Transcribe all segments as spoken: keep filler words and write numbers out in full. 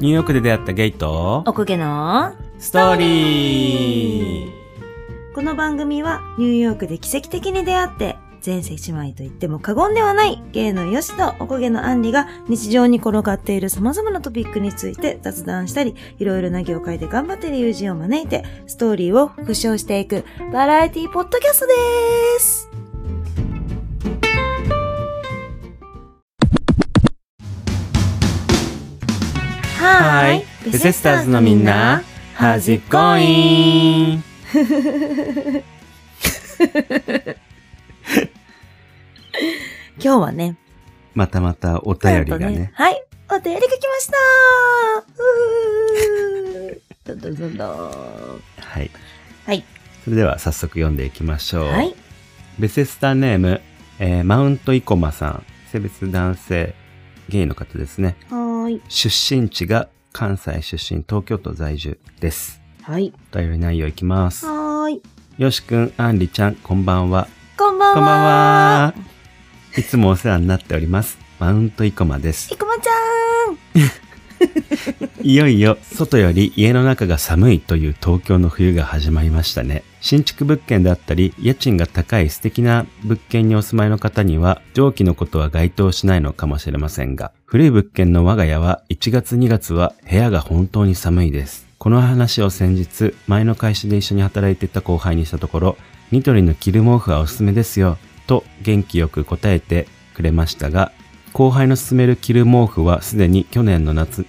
ニューヨークで出会ったゲイとおこげのストーリー。 この番組はニューヨークで奇跡的に出会って前世姉妹と言っても過言ではないゲイのヨシとおこげのアンリが日常に転がっている様々なトピックについて雑談したり、いろいろな業界で頑張っている友人を招いてストーリーを復唱していくバラエティポッドキャストです。 はーい、ベセスターズのみんな、How's it going? 今日はね、 またまたお便りがね。ねはい、お便りが来ましたー。どんどんどんどん。 はい。 はい。 それでは早速読んでいきましょう。 はい。 ベセスターネーム、えー、マウントイコマさん、性別男性、ゲイの方ですね。 はーい。 出身地が関西出身、東京都在住です。 はい。 お便り内容いきます。 はーい。 よしくん、あんりちゃん、こんばんは。 こんばんは。 こんばんは。いつもお世話になっております。マウントイコマです。 イコマちゃん。 いよいよ外より家の中が寒いという東京の冬が始まりましたね。新築物件であったり、家賃が高い素敵な物件にお住まいの方には、上記のことは該当しないのかもしれませんが、古い物件の我が家はいちがつにがつは部屋が本当に寒いです。この話を先日、前の会社で一緒に働いていた後輩にしたところ、ニトリの着る毛布はおすすめですよ、と元気よく答えてくれましたが、後輩の勧める着る毛布はすでに去年の夏、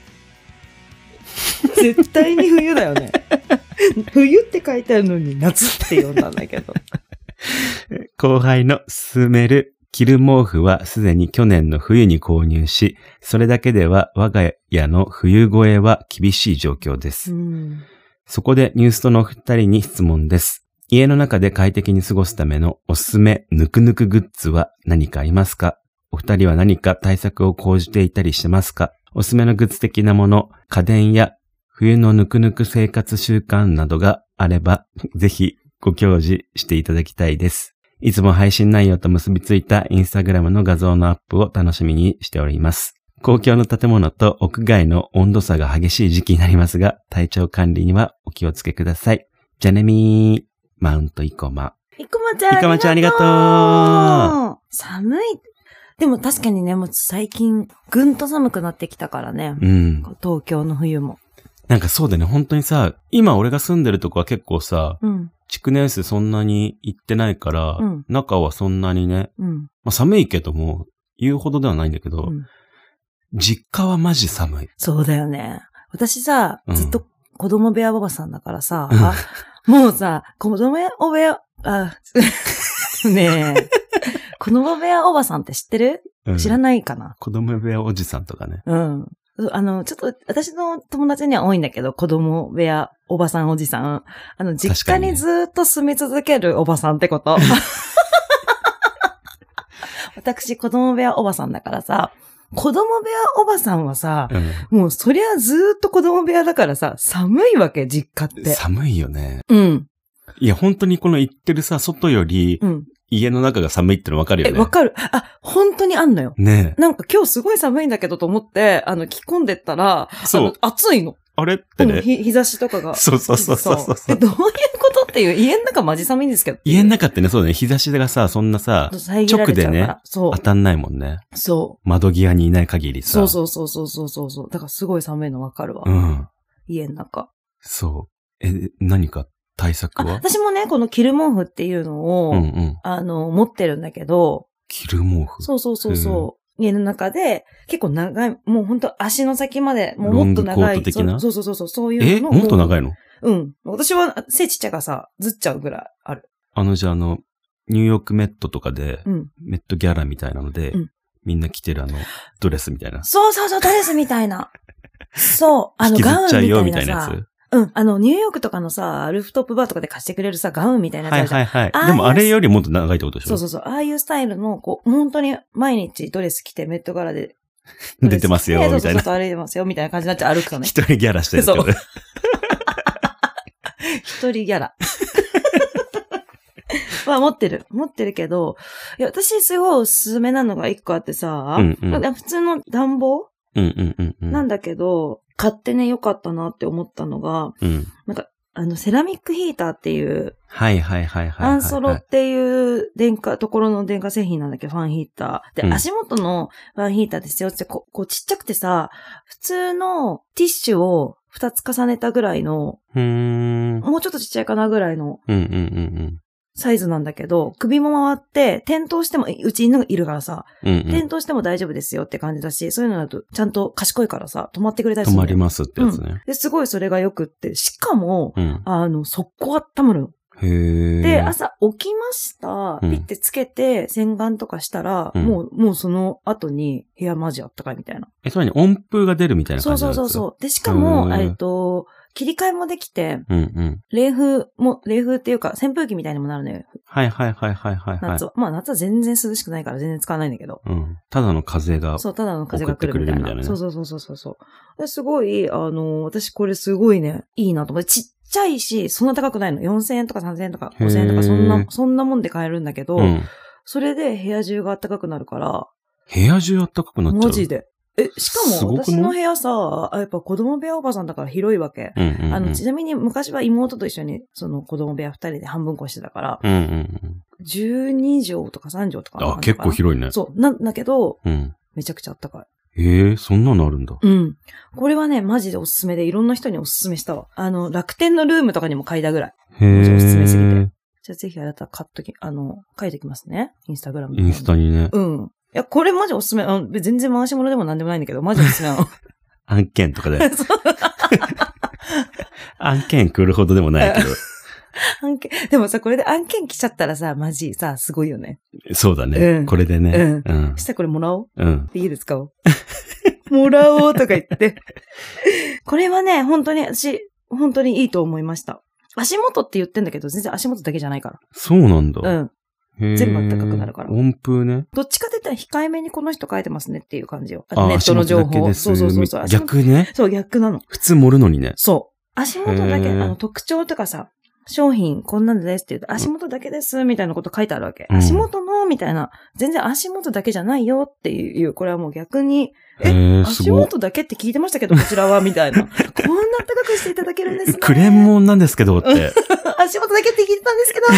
絶対に冬だよね。冬って書いてあるのに夏って読んだんだけど。 後輩の勧める着る毛布はすでに去年の冬に購入し、それだけでは我が家の冬越えは厳しい状況です。 うん、 そこでニュースとのお二人に質問です。家の中で快適に過ごすためのおすすめぬくぬくグッズは何かありますか？お二人は何か対策を講じていたりしてますか？おすすめのグッズ的なもの、家電や冬のぬくぬく生活習慣などがあれば、ぜひご教示していただきたいです。いつも配信内容と結びついたインスタグラムの画像のアップを楽しみにしております。公共の建物と屋外の温度差が激しい時期になりますが、体調管理にはお気をつけください。じゃねみー、マウントイコマ。 イコマちゃん、 イコマちゃんありがとう。 寒い。でも確かにね、もう最近ぐんと寒くなってきたからね。 うん。 東京の冬も。なんかそうだね、本当にさ、今俺が住んでるとこは結構さ、うん、築年数そんなに行ってないから、うん、中はそんなにね、うん、まあ寒いけども、言うほどではないんだけど、うん、実家はマジ寒い。そうだよね。私さ、ずっと子供部屋おばさんだからさ、うん、もうさ、子供部屋、あ、ねえ、子供部屋おばさんって知ってる？うん、知らないかな？子供部屋おじさんとかね。うん。あの、ちょっと、私の友達には多いんだけど、子供部屋、おばさん、おじさん。あの、実家にずっと住み続けるおばさんってこと。私、子供部屋おばさんだからさ、子供部屋おばさんはさ、うん、もうそりゃずっと子供部屋だからさ、寒いわけ、実家って。寒いよね。うん。いや、本当にこの行ってるさ、外より、うん、家の中が寒いっての分かるよね。え、分かる。あ、本当にあんのよ。ねえ。なんか今日すごい寒いんだけどと思って、あの、着込んでったら、そう。あの、暑いの。あれってね。ひ、日差しとかが。そうそうそうそうそうそう。どういうことっていう、家の中マジ寒いんですけど。家の中ってね、そうだね。日差しがさ、そんなさ、直でね、そう当たんないもんね。そう。窓際にいない限りさ。そうそうそうそうそうそう。だからすごい寒いの分かるわ。うん。家の中。そう。え、何か対策は？私もね、この着る毛布っていうのを、うんうん、あの、持ってるんだけど。着る毛布？そうそうそうそう。家の中で、結構長い、もうほんと足の先まで、もうもっと長い。ロングコート的な？そうそうそうそう、そういうの。え？もっと長いの？うん。私は背ちっちゃがさ、ずっちゃうぐらいある。あの、じゃああの、ニューヨークメットとかで、うん、メットギャラみたいなので、うん、みんな着てるあの、ドレスみたいな。そうそうそう、ドレスみたいな。そう。あの、ガウンみたいなさ。引きずっちゃうよみたいなやつ。うん。あの、ニューヨークとかのさ、ルーフトップバーとかで貸してくれるさ、ガウンみたいなやつあるじゃん。はいはいはい。でもあれよりもっと長いってことでしょ？そうそうそう。ああいうスタイルの、こう、本当に毎日ドレス着てメット柄で。出てますよ、みたいな。そうそうそう、歩いてますよ、みたいな感じになっちゃう、歩くとね。一人ギャラしてるってこと。そう。一人ギャラ。まあ持ってる。持ってるけど、いや、私すごいおすすめなのが一個あってさ、うんうん、普通の暖房うんうんうんうん、なんだけど、買ってね、良かったなって思ったのが、うん、なんか、あの、セラミックヒーターっていう、 はいはいはいはい、はい。 アンソロっていう電化、ところの電化製品なんだけど、ファンヒーター。で、うん、足元のファンヒーターですよってこ、こうちっちゃくてさ、普通のティッシュを二つ重ねたぐらいの、うーんもうちょっとちっちゃいかなぐらいの、うんうんうんうんサイズなんだけど、首も回って、転倒しても、うち犬がいるからさ、うんうん、転倒しても大丈夫ですよって感じだし、そういうのだとちゃんと賢いからさ、止まってくれたりする。 止まりますってやつね。うん、 で、すごいそれがよくって、しかも、うん、あの、速攻温まるの。 へー。 で、朝起きました。ピッてつけて、洗顔とかしたら、うん、もう、もうその後に部屋マジあったかいみたいな。 え、つまり温風が出るみたいな感じなんですか？ そうそうそうそう。で、しかも、えっと、切り替えもできて、うんうん、冷風も、冷風っていうか、扇風機みたいにもなるのよ。 はいはいはいはいはい、はい。 夏は。まあ夏は全然涼しくないから全然使わないんだけど。 うん。ただの風が。 そう、ただの風が来るみたいな。みたいなね、そうそうそうそうそう。すごい、あの、私これすごいね、いいなと思って、ちっちゃいし、そんな高くないの。よんせんえんとかさんぜんえんとかごせんえんとかそんな、そんなもんで買えるんだけど、うん、それで部屋中が暖かくなるから。 部屋中暖かくなっちゃう？ マジで。え、しかも、私の部屋さ、やっぱ子供部屋おばさんだから広いわけ。うんうんうん、あの、ちなみに昔は妹と一緒に、その子供部屋二人で半分こしてたから、うんうんうん、じゅうにじょうとかさんじょうとかあ、結構広いね。 そう。なんだけど、うん、めちゃくちゃあったかい。ええー、そんなのあるんだ。 うん。これはね、マジでおすすめで、いろんな人におすすめしたわ。あの、楽天のルームとかにも買いたぐらい。 へー。 おすすめすぎて。じゃあぜひあなた買っとき、あの、書いてきますね。インスタグラム。 インスタにね。 うん。いや、これマジおすすめ。あの全然回し物でもなんでもないんだけど、マジおすすめなの。 案件とかで。案件来るほどでもないけど。 案件、でもさ、これで案件来ちゃったらさ、マジさ、すごいよね。 そうだね。うん、これでね。 うん。うん、したらこれもらおう。うん。で、いいですかもらおうとか言って。これはね、本当に私、本当にいいと思いました。足元って言ってんだけど、全然足元だけじゃないから。 そうなんだ。 うん。全部暖かくなるから。 温風ね。 どっちかって言ったら控えめにこの人書いてますねっていう感じよ。あネットの情報。 そうそうそうそう。逆ね。 そう、逆なの。 普通盛るのにね。 そう。足元だけ、あの、特徴とかさ、商品こんなんですって言うと、足元だけです、みたいなこと書いてあるわけ。うん、足元の、みたいな。全然足元だけじゃないよっていう、これはもう逆に、え、足元だけって聞いてましたけど、こちらは、みたいな。こんな暖かくしていただけるんですね。 クレームもんなんですけどって。 足元だけって聞いてたんですけど。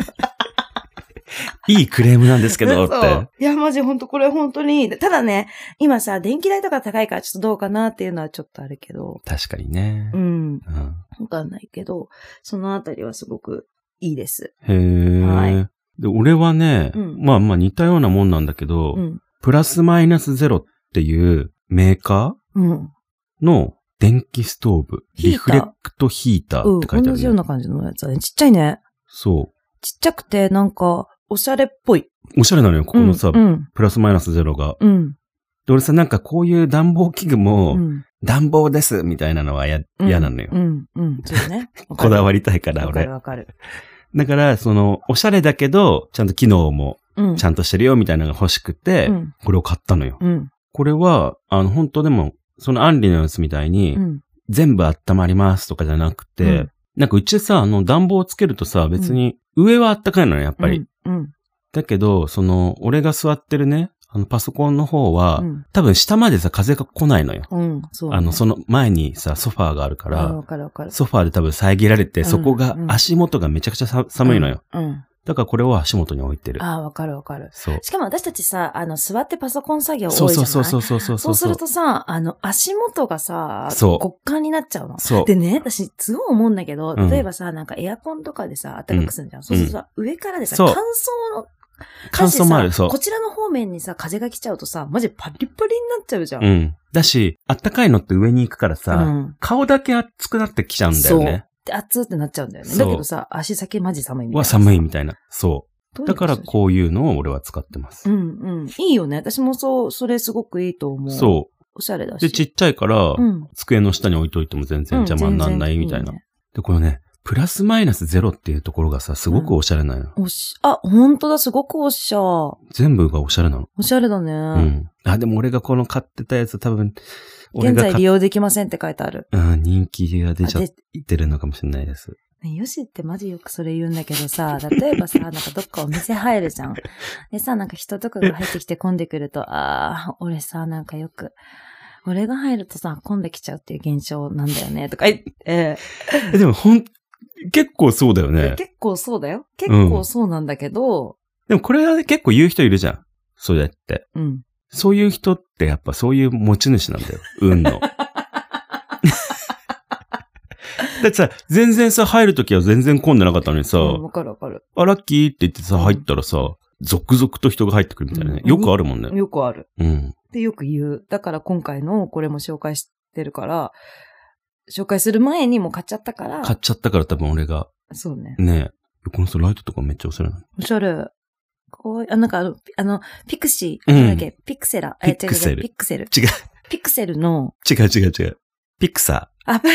いいクレームなんですけどって。 いや、マジ本当これ本当に。ただね、今さ、電気代とか高いからちょっとどうかなっていうのはちょっとあるけど。 確かにね。 うん。うん。わかんないけど、そのあたりはすごくいいです。 へー。はい。で、俺はね、うん、まあまあ似たようなもんなんだけど、うん、プラスマイナスゼロっていうメーカーの電気ストーブ、リフレクトヒーターって書いてある、ね。 うん、同じような感じのやつだね。ちっちゃいね。 そう。 ちっちゃくて、なんか、おしゃれっぽい。 おしゃれなのよ、ここのさ、うんうん、プラスマイナスゼロが。うん。で、俺さ、なんかこういう暖房器具も、うん、暖房ですみたいなのはや、嫌、うん、なのよ。 うん、うん、そうね。 こだわりたいから、俺。 わかるわかる。 だから、その、おしゃれだけど、ちゃんと機能も、ちゃんとしてるよみたいなのが欲しくて、うん、これを買ったのよ。うん、これは、あの、本当でも、そのアンリのやつみたいに、うん、全部温まりますとかじゃなくて、うん、なんかうちさ、あの暖房をつけるとさ、別に上は暖かいのよ、やっぱり。うんうん、だけど、その、俺が座ってるね、あのパソコンの方は、うん、多分下までさ、風が来ないのよ。うん、そうね、あの、その前にさ、ソファーがあるから、 わかるわかる。 ソファーで多分遮られて、そこが、足元がめちゃくちゃさ寒いのよ。うんうんだからこれを足元に置いてる。 ああ、わかるわかる。 そう。 しかも私たちさ、あの、座ってパソコン作業多いじゃない？そうそうそうそうそう。そうするとさ、あの、足元がさ、そう。極寒になっちゃうの。そう。でね、私、すごい思うんだけど、例えばさ、うん、なんかエアコンとかでさ、暖かくするじゃん。うん、そうするとさ、うん、上からでさ、乾燥の、 乾燥もある、そう。 こちらの方面にさ、風が来ちゃうとさ、マジパリパリになっちゃうじゃん。 うん。だし、暖かいのって上に行くからさ、うん、顔だけ熱くなってきちゃうんだよね。 そう。熱ってなっちゃうんだよね。だけどさ、足先マジ寒いみたいな。 は寒いみたいな。そう。だからこういうのを俺は使ってます。 うんうん。いいよね。私もそう、それすごくいいと思う。 そう。 おしゃれだし。 で、ちっちゃいから、うん、机の下に置いといても全然邪魔にならないみたいな。うんいいね、で、このね、プラスマイナスゼロっていうところがさ、すごくおしゃれなのよ。 うん、おし、あ、ほんとだ、すごくおしゃ。 全部がおしゃれなの。 おしゃれだね。うん。 あ、でも俺がこの買ってたやつ多分、 現在利用できませんって書いてある。 うん、人気が出ちゃってるのかもしれないです。 ね、よしってマジよくそれ言うんだけどさ、例えばさ、なんかどっかお店入るじゃん。でさ、なんか人とかが入ってきて混んでくると、ああ、俺さ、なんかよく、 俺が入るとさ、混んできちゃうっていう現象なんだよね、とか言って。 え、でもほん、結構そうだよね。 結構そうだよ。結構そうなんだけど。うん、 でもこれは、ね、結構言う人いるじゃん。そうやって。 うん。 そういう人ってやっぱそういう持ち主なんだよ。運の。だってさ、全然さ、入るときは全然混んでなかったのにさ、わ、 うん、かるわかる。 あ、ラッキーって言ってさ、入ったらさ、うん、続々と人が入ってくるみたいなね。うん、よくあるもんね。 よくある。 うん。 で、よく言う。だから今回のこれも紹介してるから、紹介する前にもう買っちゃったから。 買っちゃったから多分俺が。 そうね。 ねえ。この人ライトとかめっちゃおしゃれなの。 おしゃれ。こう、あ、なんかあの、あの、ピクシー、なんだっけ、ピクセラ。 ピクセル。 ピクセル。 違う。 ピクセルの。 違う違う違う。ピクサー。あ、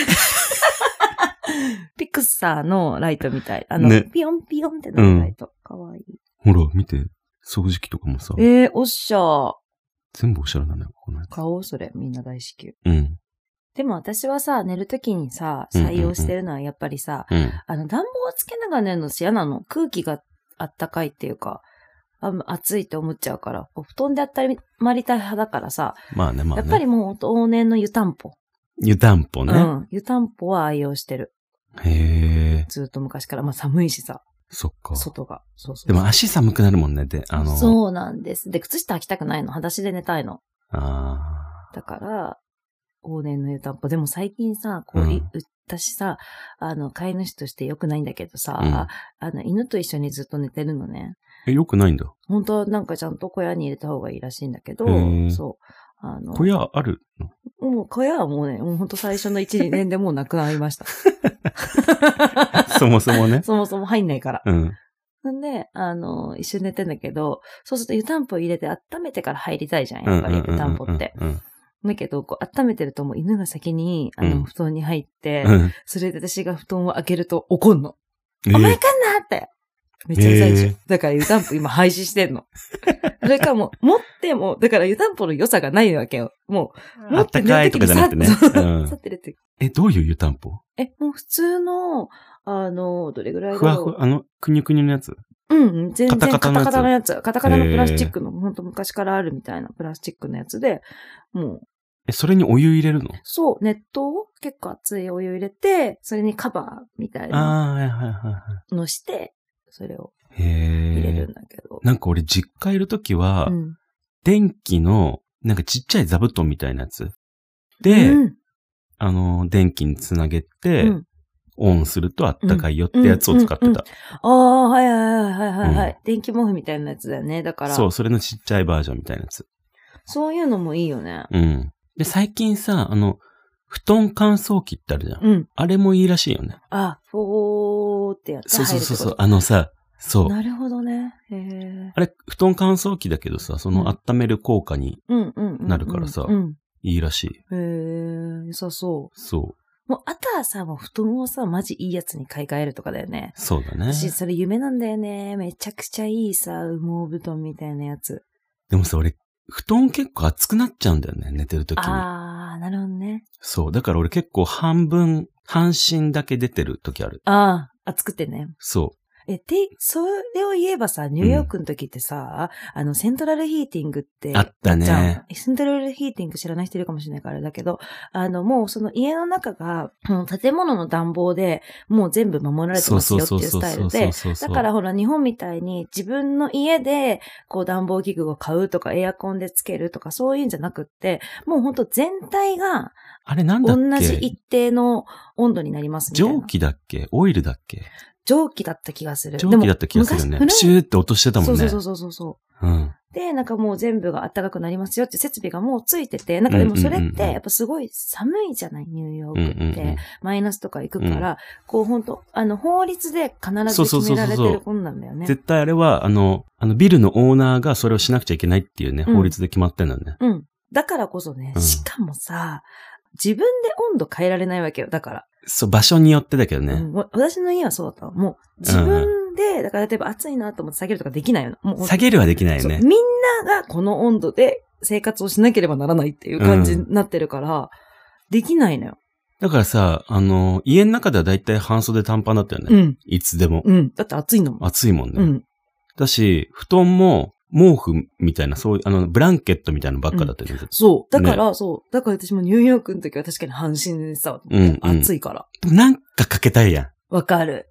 ピクサーのライトみたい。あの、ね、ピヨンピヨンってなるライト。かわいい。 ほら、見て。掃除機とかもさ。 えー、おっしゃ。 全部おしゃれなのよ、このやつ。 買おう、それ。みんな大至急。 うん。 でも私はさ、寝るときにさ、採用してるのはやっぱりさ、うんうんうん、あの、暖房をつけながら寝るの嫌なの。空気があったかいっていうか、あ暑いって思っちゃうから、お布団であったまりたい派だからさ、 まあね、まあね。 やっぱりもう往年の湯たんぽ。 湯たんぽね。 うん。湯たんぽは愛用してる。 へー。 ずっと昔から。まあ寒いしさ。 そっか。 外が。そうそうそう。 でも足寒くなるもんね。で、あの。 そうなんです。で、靴下履きたくないの。裸足で寝たいの。 ああ。 だから、往年の湯たんぽ。でも最近さ、こう、うん、私さ、あの、飼い主として良くないんだけどさ、うん、あの、犬と一緒にずっと寝てるのね。 え、良くないんだ。 本当はなんかちゃんと小屋に入れた方がいいらしいんだけど、そう。あの。 小屋あるの？もう小屋はもうね、もう本当最初のいち、にねんでもうなくなりました。 そもそもね。 そもそも入んないから。 うん。 なんで、あの、一緒に寝てんだけど、そうすると湯たんぽ入れて温めてから入りたいじゃん、やっぱり湯たんぽって。だけど、こう、温めてるともう犬が先に、あの、うん、布団に入って、うん、それで私が布団を開けると怒んの。えー、お前かんなって。めっちゃうざいでしょ。えー、だから湯たんぽ今廃止してんの。それからもう、持っても、だから湯たんぽの良さがないわけよ。もう、持って寝るときにさっと、さってるとき。 え、どういう湯たんぽ？ え、もう普通の、あの、どれぐらいだろう。 ふわふわ、あの、くにゅくにゅのやつ？ うん、全然カタカタのやつ。カタカタのやつ。カタカタのプラスチックの、ほんと昔からあるみたいなプラスチックのやつで、もう。 え、それにお湯入れるの？ そう、熱湯を結構熱いお湯入れて、それにカバーみたいなのして、それを入れるんだけど。 なんか俺実家いるときは、うん、電気の、なんかちっちゃい座布団みたいなやつで、うん、あの、電気につなげて、うん、オンするとあったかいよってやつを使ってた。 ああ、はいはいはいはいはい、うん。電気毛布みたいなやつだよね。だから。 そう、それのちっちゃいバージョンみたいなやつ。 そういうのもいいよね。 うん。で、最近さ、あの、布団乾燥機ってあるじゃん。うん。あれもいいらしいよね。 あ、フォーってやってそうそうそうそう。あのさ、そう。 なるほどね。へー。 あれ、布団乾燥機だけどさ、その温める効果になるからさ、いいらしい。 へー、良さそう。 そう。 もう、あとはさ、もう布団をさ、マジいいやつに買い替えるとかだよね。 そうだね。 私、それ夢なんだよね。めちゃくちゃいいさ、羽毛布団みたいなやつ。 でもさ、俺、布団結構熱くなっちゃうんだよね、寝てるときに。 あー、なるほどね。 そう。だから俺結構半分、半身だけ出てるときある。 あー、熱くてね。 そう。 え、で、それを言えばさ、ニューヨークの時ってさ、うん、あの、セントラルヒーティングって。 あったね。 セントラルヒーティング知らない人いるかもしれないからだけど、あの、もうその家の中が、建物の暖房でもう全部守られてますよっていうスタイルで、だからほら、日本みたいに自分の家で、こう暖房器具を買うとか、エアコンでつけるとか、そういうんじゃなくって、もうほんと全体が、 あれなんだっけ？ 同じ一定の温度になりますみたいな。 蒸気だっけ？オイルだっけ？ 蒸気だった気がする。 蒸気だった気がするね。プシューって落としてたもんね。 そうそうそうそう。 うん。 で、なんかもう全部が暖かくなりますよって設備がもうついてて、なんかでもそれってやっぱすごい寒いじゃない、ニューヨークって。うんうんうん、マイナスとか行くから、うん、こう本当あの、法律で必ず決められてる本なんだよね。 絶対あれは、あの、あのビルのオーナーがそれをしなくちゃいけないっていうね、法律で決まってんだね。 うん。うん。だからこそね、うん、しかもさ、自分で温度変えられないわけよ、だから。そう、場所によってだけどね。うん、 私の家はそうだったの。もう、自分で、うん、だから例えば暑いなと思って下げるとかできないよ。もう下げるはできないよね。 みんながこの温度で生活をしなければならないっていう感じになってるから、うん、できないのよ。 だからさ、あの、家の中ではだいたい半袖短パンだったよね。うん。いつでも。 うん。だって暑いのもん。 暑いもんね。うん。だし、布団も、 毛布みたいな、そういう、あの、ブランケットみたいなのばっかだったよね、うん。 そう。だから、ね、そう。だから私もニューヨークの時は確かに半身でさ、うん、うん、暑いから。 でもなんかかけたいやん。 わかる。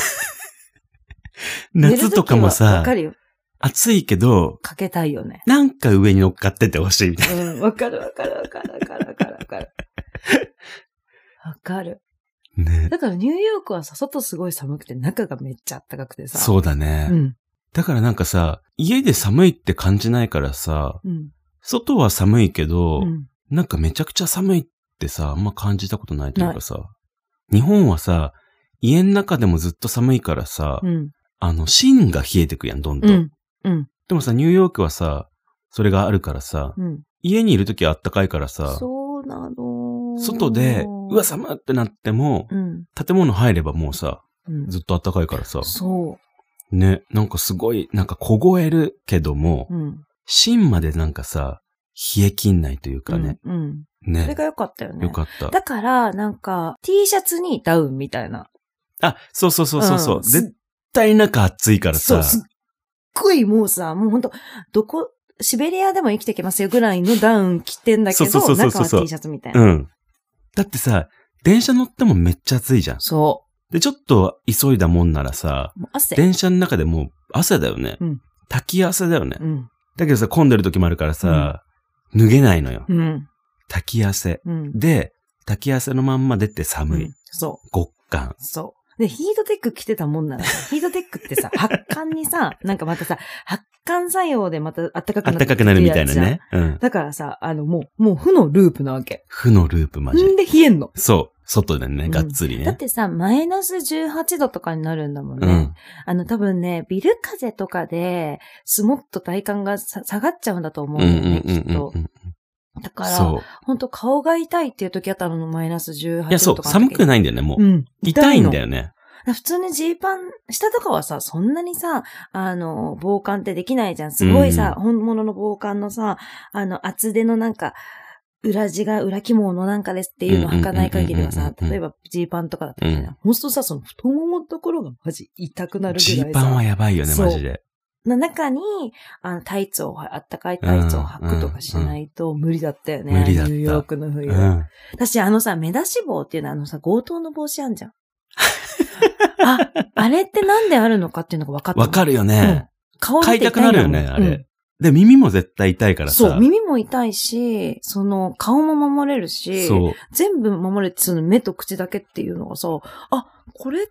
夏とかもさ、 わかるよ。 暑いけど、 かけたいよね。 なんか上に乗っかっててほしいみたいな。 うん、わかるわかるわかるわかるわかるわかる。わかる。 ね。 だからニューヨークはさ、外すごい寒くて中がめっちゃ暖かくてさ。 そうだね。 うん。 だからなんかさ、家で寒いって感じないからさ、うん、外は寒いけど、うん、なんかめちゃくちゃ寒いってさ、あんま感じたことないというかさ、日本はさ、家の中でもずっと寒いからさ、うん、あの、芯が冷えてくやん、どんどん。うんうん、でもさ、ニューヨークはさ、それがあるからさ、うん、家にいるときは暖かいからさ、 そうなの。 外で、うわ、寒ってなっても、うん、建物入ればもうさ、うん、ずっと暖かいからさ。 そう。 ね、なんかすごい、なんか凍えるけども、うん、芯までなんかさ、冷え切んないというかね。 うん、うん。ね。それが良かったよね。 良かった。 だから、なんか、T シャツにダウンみたいな。 あ、そうそうそうそうそう、うん。絶対中暑いからさ。 そう、すっごいもうさ、もうほんと、どこ、シベリアでも生きていけますよぐらいのダウン着てんだけど、そうそうそうそう中は T シャツみたいな。 うん。だってさ、電車乗ってもめっちゃ暑いじゃん。 そう。 で、ちょっと急いだもんならさ、電車の中でもう汗だよね。うん、滝汗だよね、うん。だけどさ、混んでる時もあるからさ、うん、脱げないのよ。うん、滝汗、うん。で、滝汗のまんま出て寒い。うん、 そう。 極寒。 そう。で、ヒートテック着てたもんならさ、ヒートテックってさ、発汗にさ、なんかまたさ、発汗作用でまた暖かくなる。 暖かくなるみたいなね。 うん。だからさ、あの、もう、もう負のループなわけ。 負のループマジ。 んで冷えんの。 そう。外でね、がっつりね、うん。だってさ、マイナスじゅうはちどとかになるんだもんね。うん、あの、多分ね、ビル風とかで、すもっと体感が下がっちゃうんだと思うんだよね、きっと。だから、ほんと顔が痛いっていう時あったのマイナスじゅうはちどとか。 いや、そう、寒くないんだよね、もう。うん、痛いんだよね。 普通にジーパン、下とかはさ、そんなにさ、あの、防寒ってできないじゃん。すごいさ、うん、本物の防寒のさ、あの、厚手のなんか、裏地が裏起毛のなんかですっていうのを履かない限りはさ、例えばジーパンとかだったらね、ほんとさ、その太もものところがマジ痛くなるぐらいさ。 ジーパンはやばいよね、マジで。 な中に、あの、タイツを、あったかいタイツを履くとかしないと無理だったよね。 無理だった。 ニューヨークの冬。うん、私、あのさ、目出し帽っていうのはあのさ、強盗の帽子あんじゃん。あ、あれってなんであるのかっていうのが分かった。 分かるよね。 うん、顔買いたくなるよね、あれ。うん、で、耳も絶対痛いからさ。 そう、耳も痛いし、その、顔も守れるし、そう。全部守れて、その目と口だけっていうのがさ、あ、これって、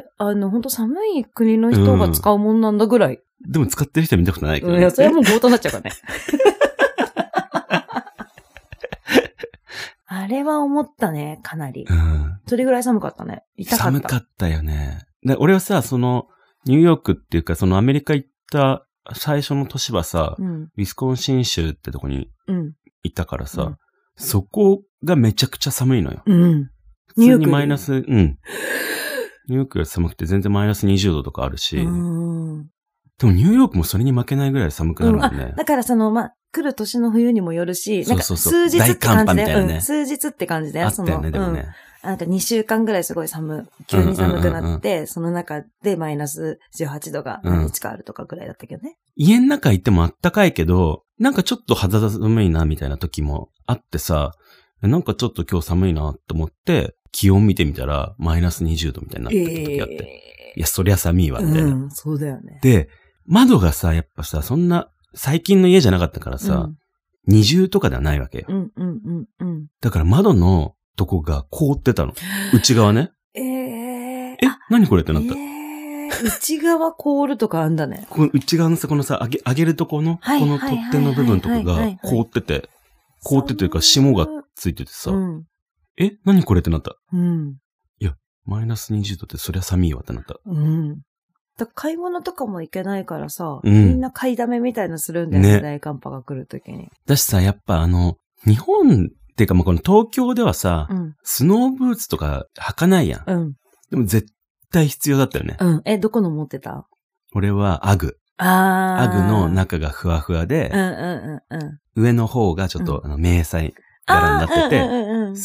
あの、本当寒い国の人が使うもんなんだぐらい。 うん、でも使ってる人は見たことないけど、ね。 いや、それはもう強盗になっちゃうからね。あれは思ったね、かなり。うん。それぐらい寒かったね。痛かった。 寒かったよね。で、俺はさ、その、ニューヨークっていうか、そのアメリカ行った最初の年はさ、うん、ウィスコンシン州ってとこに行ったからさ、うん、そこがめちゃくちゃ寒いのよ。うん。普通にマイナス、うん。ニューヨークが寒くて全然マイナスにじゅうどとかあるし、うん、でもニューヨークもそれに負けないぐらい寒くなるもんね。うん、 だからその、まあ、来る年の冬にもよるし、なんか数日って感じで、ねうん、数日って感じで、 あったよね、でもね。 うん、なんかにしゅうかんぐらいすごい寒、急に寒くなって、うんうんうんうん、その中でマイナスじゅうはちどが何日かあるとかぐらいだったけどね。 うん、家の中行ってもあったかいけど、なんかちょっと肌寒いなみたいな時もあってさ、なんかちょっと今日寒いなと思って、気温見てみたらマイナスにじゅうどみたいになってた時あって。えー、いや、そりゃ寒いわ、みたいな、 うん。そうだよね。 で、窓がさ、やっぱさ、そんな、最近の家じゃなかったからさ、うん二重とかではないわけよ。 うんうんうんうん。 だから窓のとこが凍ってたの。内側ね。 えー、 え、何これってなった。 えー、内側凍るとかあんだね。 この内側のさ、このさ、上げ、上げるとこの、この取っ手の部分とかが凍ってて、凍ってというか霜がついててさ、うん、え、何これってなった。うん。いや、マイナスにじゅうどってそりゃ寒いわってなった。 うん。だ買い物とかも行けないからさ、うん、みんな買いだめみたいなするんだよね、大寒波が来るときに。 だしさ、やっぱあの、日本っていうか、まあ、この東京ではさ、うん、スノーブーツとか履かないやん。うん。でも絶対必要だったよね。 うん。え、どこの持ってた？ 俺はアグ。あー。アグの中がふわふわで、うんうんうんうん、上の方がちょっと、うん、あの迷彩柄になってて、うんうんうんうん、そう。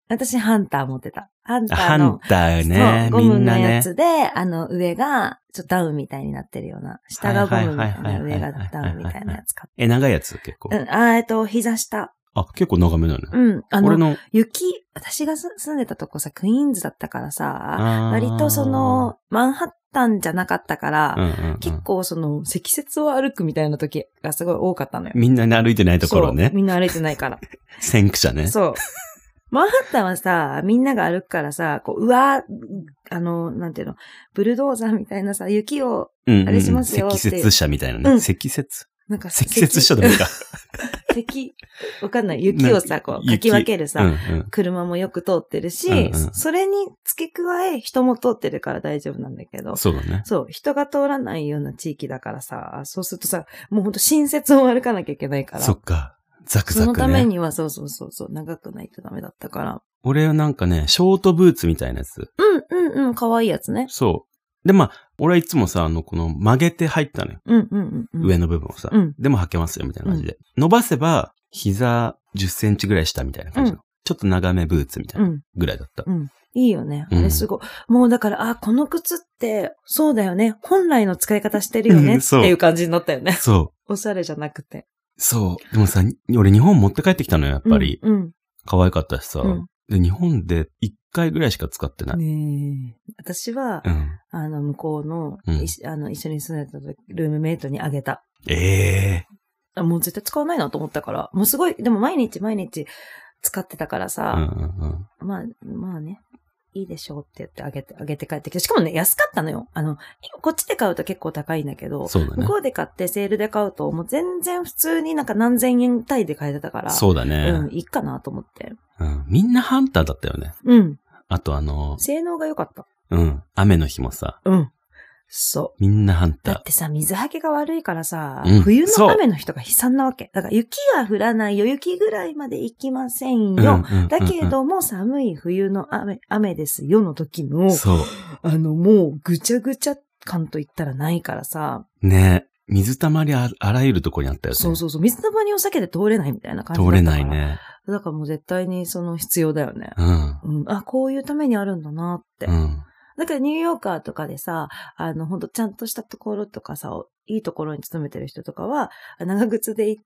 私ハンター持ってた。ハンターの。 ハンターね。 ゴムのやつで、ね、あの、上が、ちょっとダウンみたいになってるような。下がゴムみたいな、上がダウンみたいなやつ買って。 え、長いやつ結構。 うん、あ、えっと、膝下。 あ、結構長めだね。 うん。あの、 俺の雪、私が住んでたとこさ、クイーンズだったからさ、割とその、マンハッタンじゃなかったから、うんうんうん、結構その、積雪を歩くみたいな時がすごい多かったのよ。 みんなね、歩いてないところね。 みんな歩いてないから。 先駆者ね。 そう。マンハッタンはさ、みんなが歩くからさ、こう、うわあの、なんていうの、ブルドーザーみたいなさ、雪を、あれしますよって、うんうん。 積雪車みたいなね。うん、積雪。 なんか積雪車でもいいか。 積、わかんない。雪をさ、こう、かき分けるさ、うんうん、車もよく通ってるし、うんうん、それに付け加え、人も通ってるから大丈夫なんだけど。 そうだね。 そう、人が通らないような地域だからさ、そうするとさ、もうほんと新雪を歩かなきゃいけないから。 そっか。ザクザクね。 そのためには、そうそうそうそう、長くないとダメだったから。 俺はなんかね、ショートブーツみたいなやつ。 うんうんうん、かわいいやつね。 そう。で、まあ、俺はいつもさ、あの、この曲げて入ったのよ。 うんうんうんうん、 上の部分をさ、うん。でも履けますよ、みたいな感じで。うん、伸ばせば、膝じゅっセンチぐらい下みたいな感じの。うん、ちょっと長めブーツみたいなぐらいだった。 うんうん、いいよね。あれすごい。うん、もうだから、あ、この靴って、そうだよね。本来の使い方してるよね。っていう感じになったよね。 そう。 おしゃれじゃなくて。 そう。でもさ、俺日本持って帰ってきたのよ、やっぱり。うん。うん、可愛かったしさ。うん、で、日本でいっかいぐらいしか使ってない。 ねえ。私は、うん、あの、向こうの、うん、あの、一緒に住んでたルームメイトにあげた。 ええー。もう絶対使わないなと思ったから。もうすごい、でも毎日毎日使ってたからさ。うんうんうん、まあ、まあね。いいでしょうって言ってあげて、あげて帰ってきて。しかもね、安かったのよ。あの、こっちで買うと結構高いんだけど、 そうだね、 向こうで買ってセールで買うと、もう全然普通になんか何千円単位で買えてたから。 そうだね。 うん、いいかなと思って。 うん。みんなハンターだったよね。 うん。 あとあの、 性能が良かった。 うん。雨の日もさ。 うん。そう。 みんなハンター。 だってさ、水はけが悪いからさ、うん、冬の雨の日とか悲惨なわけ。だから雪が降らないよ、雪ぐらいまで行きませんよ。うんうんうんうん、だけども寒い冬の雨、雨ですよの時の、 そう。 あの、もうぐちゃぐちゃ感と言ったらないからさ。 ね。水たまり あ, あらゆるところにあったよね。 そうそうそう。水たまりを避けて通れないみたいな感じだったから。 通れないね。 だからもう絶対にその必要だよね。 うん。 うん。あ、こういうためにあるんだなって。うん。だからニューヨーカーとかでさ、あの、ほんとちゃんとしたところとかさ、いいところに勤めてる人とかは、長靴で行って、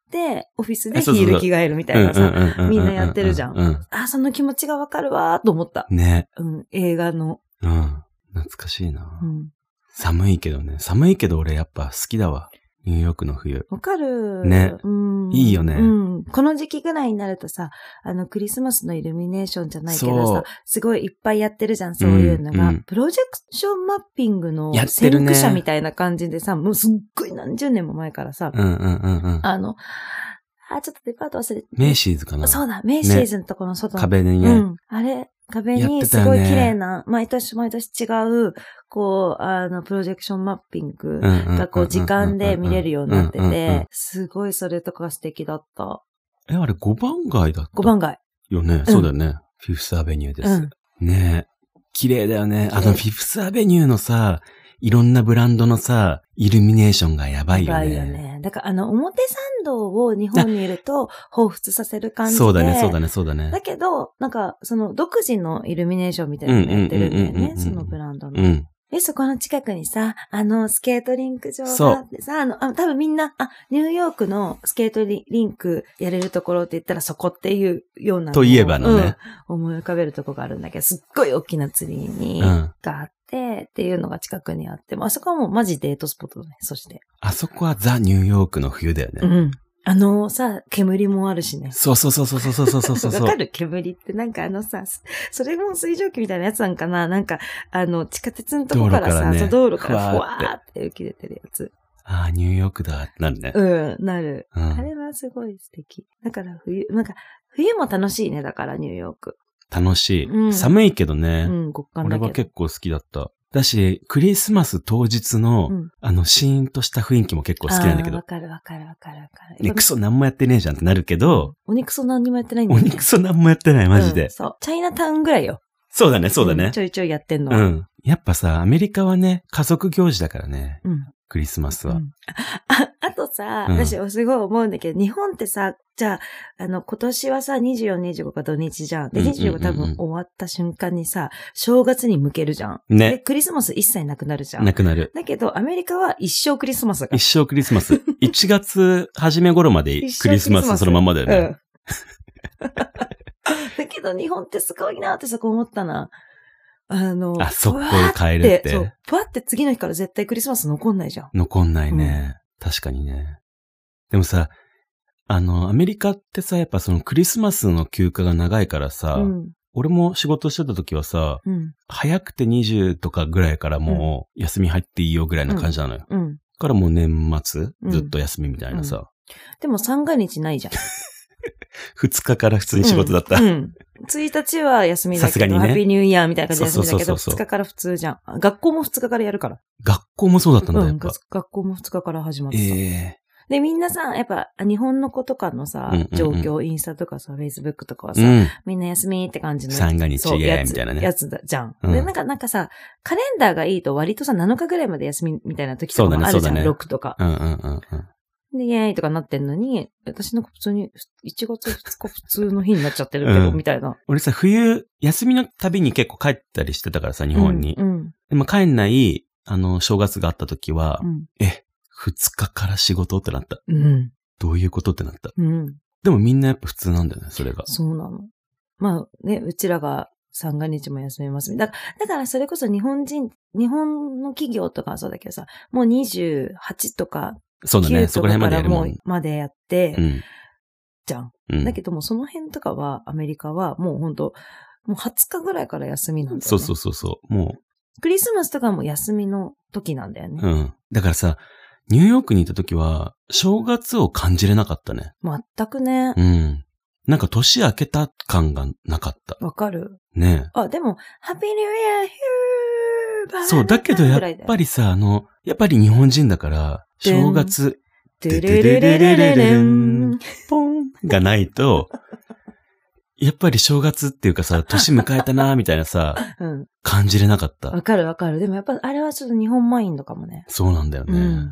オフィスでヒール着替えるみたいなさ、みんなやってるじゃん。うん、あ、その気持ちがわかるわーと思った。 ね。 うん、映画の。 うん。懐かしいな、うん。寒いけどね。寒いけど俺やっぱ好きだわ。ニューヨークの冬。 わかる。 ね。 うん。 いいよね。 うん。この時期ぐらいになるとさ、あの、クリスマスのイルミネーションじゃないけどさ、すごいいっぱいやってるじゃん、そういうのが。うんうん、プロジェクションマッピングの先駆者みたいな感じでさ、もうすっごい何十年も前からさ、 うんうんうんうん、 あの、あ、ちょっとデパート忘れて。 メイシーズかな。 そうだ、メイシーズのところの外の、 ね、壁にね。 うん。あれ、壁にすごい綺麗な、ね、毎年毎年違う、こう、あの、プロジェクションマッピングがこう、時間で見れるようになってて、すごいそれとか素敵だった。 え、あれごばん街だった？ ご 番街。 よね、うん、そうだよね。フィフスアベニューです。うん、ねえ。綺麗だよね。あの、フィフスアベニューのさ、いろんなブランドのさ、イルミネーションがやばいよね。 やばいよね。だからあの、表参道を日本にいると、彷彿させる感じで。 そうだね、そうだね、そうだね。 だけど、なんか、その、独自のイルミネーションみたいなのやってるんだよね、そのブランドの。うん。で、そこの近くにさ、あの、スケートリンク場があってさ、あの、あ多分みんな、あ、ニューヨークのスケートリンクやれるところって言ったらそこっていうような。 といえばのね、 うん。思い浮かべるとこがあるんだけど、すっごい大きなツリーに、うん、があって、っていうのが近くにあって、あそこはもうマジデートスポットだね、そして。 あそこはザ・ニューヨークの冬だよね。 うん。あのさ、煙もあるしね。 そうそうそうそうそうそうそうそう。 わかる？煙ってなんかあのさ、それも水蒸気みたいなやつなんかな？なんか、あの、地下鉄のとこからさ、道路から、ね、道路からふわーって浮き出てるやつ。 ああ、ニューヨークだってなるね。 うん、なる、うん。あれはすごい素敵。だから冬、なんか、冬も楽しいね、だからニューヨーク。 楽しい。うん、寒いけどね。 うん、極寒だけど。 俺は結構好きだった。だし、クリスマス当日の、うん、あの、シーンとした雰囲気も結構好きなんだけど。 わかるわかるわかるわかる。 ね、クソ何もやってねえじゃんってなるけど。 お肉ソ何にもやってないんだよね。お肉ソ何もやってない、マジで、 うん。そう。チャイナタウンぐらいよ。 そうだね、そうだね、 うん。ちょいちょいやってんの。 うん。やっぱさ、アメリカはね、家族行事だからね。うん。クリスマスは。うん、 あ, あとさ、うん、私すごい思うんだけど、日本ってさ、 じゃあ、あの、今年はさ、にじゅうよん、にじゅうごが土日じゃん。で、にじゅうご多分終わった瞬間にさ、正月に向けるじゃん。ね。で、クリスマス一切なくなるじゃん。 なくなる。 だけど、アメリカは一生クリスマスが。 一生クリスマス。いちがつ初め頃までクリスマスそのままだよね。うん。 だけど、日本ってすごいなってそこ思ったな。あの、 あ、速攻で変えるって。そう。 ふわって次の日から絶対クリスマス残んないじゃん。 残んないね。うん、確かにね。でもさ、あの、アメリカってさ、やっぱそのクリスマスの休暇が長いからさ、うん、俺も仕事してた時はさ、うん、早くてにじゅうとかぐらいからもう休み入っていいよぐらいな感じなのよ。うんうん、からもう年末ずっと休みみたいなさ。うんうん、 でも三が日ないじゃん。 ふつかから普通に仕事だった。うん。うん、 ついたちは休みだけど、さすがにね、ハッピーニューイヤーみたいな感じで休みだけど、ふつかから普通じゃん。学校もふつかからやるから。 学校もそうだったんだ、やっぱ。うん、 学校もふつかから始まってた。えーで、みんなさ、やっぱ、日本の子とかのさ、うんうんうん、状況、インスタとかさ、フェイスブックとかはさ、うん、みんな休みって感じの。 三が日イエーみたいなね。 やつだ、じゃん、うん。で、なんか、なんかさ、カレンダーがいいと割とさ、なのかぐらいまで休みみたいな時とかもあるじゃん、そうだね、そうだね、ろくとか。うんうんうんうん。で、イエーイとかなってんのに、私なんか普通に、いちがつふつか普通の日になっちゃってるけど、うん、みたいな。 俺さ、冬、休みのたびに結構帰ったりしてたからさ、日本に。うんうん、でも帰んない、あの、正月があった時は、うん、え、ふつかから仕事ってなった。うん。どういうことってなった。うん。でもみんなやっぱ普通なんだよね、それが。 そうなの。まあね、うちらが三が日も休めます。だから、だからそれこそ日本人、日本の企業とかはそうだけどさ、もうにじゅうはちとか、 そうだね、そこら辺までやるもん。 までやって、うん、じゃん。うん、だけどもその辺とかは、アメリカはもうほんと、もうはつかぐらいから休みなんだよね。 そうそうそうそう。もう。クリスマスとかも休みの時なんだよね。 うん。だからさ、ニューヨークにいた時は、正月を感じれなかったね。 全くね。 うん。なんか年明けた感がなかった。 わかる。 ねあ、でも、ハッピーニューイヤーヒューそう、だけどやっぱりさ、あの、やっぱり日本人だから、正月、デレレレレレレン、ポンがないと、やっぱり正月っていうかさ、年迎えたなーみたいなさ、うん、感じれなかった。 わかるわかる。でもやっぱあれはちょっと日本マインドかもね。 そうなんだよね。うん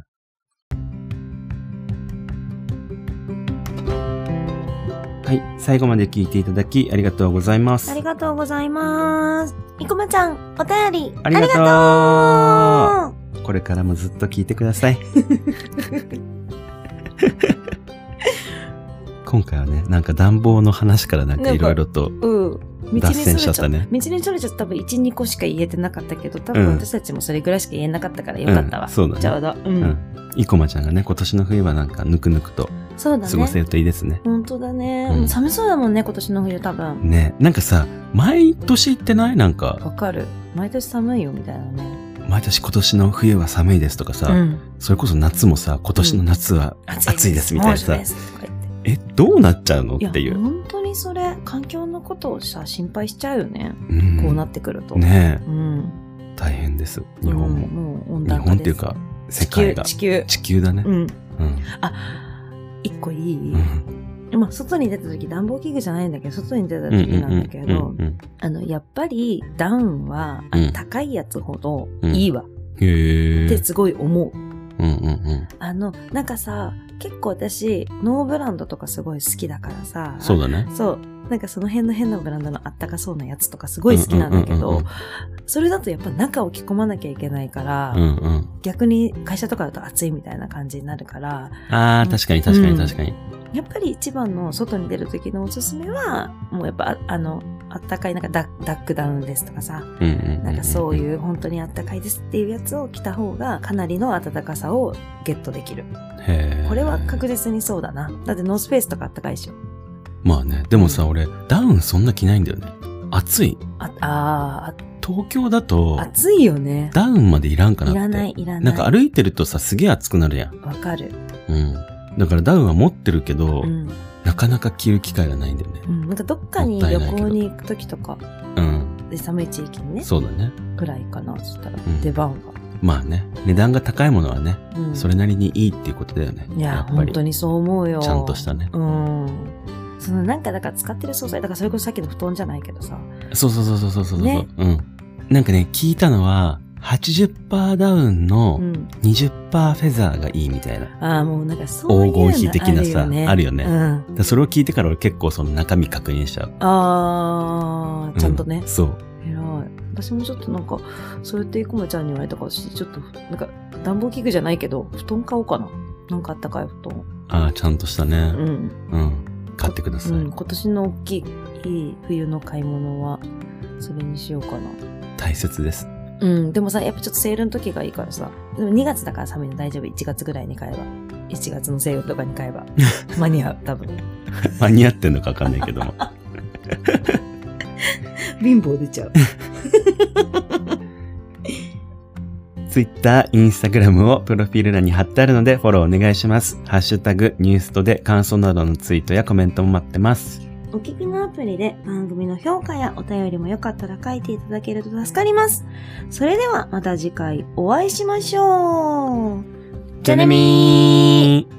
はい。最後まで聞いていただきありがとうございます。 ありがとうございます。いこまちゃん、お便りありがとう。ありがとう。これからもずっと聞いてください。今回はね、なんか暖房の話からなんかいろいろと脱線しちゃったね。 道にそれちゃった多分いち、にこしか言えてなかったけど、多分私たちもそれぐらいしか言えなかったからよかったわ。うん、そうだね。ちょうど。うん。うん。 いこまちゃんがね、今年の冬はなんかぬくぬくと過ごせるといいですね。 本当だね、うん。寒そうだもんね、今年の冬多分。 ね。なんかさ、毎年言ってないなんか。 わかる。毎年寒いよみたいなね。 毎年今年の冬は寒いですとかさ、うん、それこそ夏もさ、今年の夏は暑いですみたいなさ。うん、え、どうなっちゃうのっていう。 本当にそれ、環境のことをさ、心配しちゃうよね。うん、こうなってくると。 ねえ。うん、大変です、日本も。うん、もう温暖化です。日本っていうか、世界が。 地球。 地球だね。うん。うん、 あ、一個いい、うん、まあ、外に出た時、暖房器具じゃないんだけど、外に出た時なんだけど、あの、やっぱり、ダウンは、うん、高いやつほどいいわ。うん、へー。ってすごい思う。うんうんうん、あの、なんかさ、結構私、ノーブランドとかすごい好きだからさ。 そうだね。 そう。なんかその辺の変なブランドのあったかそうなやつとかすごい好きなんだけど、それだとやっぱ中を着込まなきゃいけないから、うんうん、逆に会社とかだと暑いみたいな感じになるから。 ああ、確かに確かに確かに、 うん。やっぱり一番の外に出る時のおすすめは、もうやっぱあ、あの、あったかいなんかダ、ダックダウンですとかさ、なんかそういう本当にあったかいですっていうやつを着た方がかなりの暖かさをゲットできる。へー。これは確実にそうだな。だってノースペースとかあったかいでしょ。 まあね、でもさ、うん、俺ダウンそんな着ないんだよね。暑い。 あ、あー、 東京だと暑いよね。 ダウンまでいらんかなって。 いらないいらない。 なんか歩いてるとさ、すげえ暑くなるやん。 わかる。 うん。だからダウンは持ってるけど、うん、なかなか着る機会がないんだよね。 うん、なんかどっかに旅行に行くときとか、うん。で寒い地域にね。 そうだね。 くらいかな。そしたら、うん、出番が。 まあね、値段が高いものはね、うん、それなりにいいっていうことだよね。 いや、やっぱり本当にそう思うよ。 ちゃんとしたね。うん。 そのなんかだから使ってる素材、だからそれこそさっきの布団じゃないけどさ。 そうそうそうそうそうそう。ね、うん。なんかね、聞いたのは、 はちじゅっパーセント ダウンの にじゅっパーセント フェザーがいいみたいな。 うん、ああ、もうなんかそういうの黄金比的なさ、あるよね。あるよね。 うん、 それを聞いてから俺結構その中身確認しちゃう。 ああ、ちゃんとね。 うん、そう。 偉い。私もちょっとなんか、そうやっていこまちゃんに言われたからし、ちょっと、なんか、暖房器具じゃないけど、布団買おうかな。なんかあったかい布団。 ああ、ちゃんとしたね。 うん。 うん。買ってください。うん。 今年の大きい、いい冬の買い物は、それにしようかな。 大切です。 うん。でもさ、やっぱちょっとセールの時がいいからさ。でもにがつだから寒いの大丈夫。いちがつぐらいに買えば。いちがつのセールとかに買えば。間に合う、多分。 間に合ってんのかわかんないけども。 貧乏出ちゃう。 ツイッター、インスタグラムをプロフィール欄に貼ってあるのでフォローお願いします。ハッシュタグ、ニュースとで感想などのツイートやコメントも待ってます。 お聞きのアプリで番組の評価やお便りもよかったら書いていただけると助かります。それではまた次回お会いしましょう。 じゃあねみー。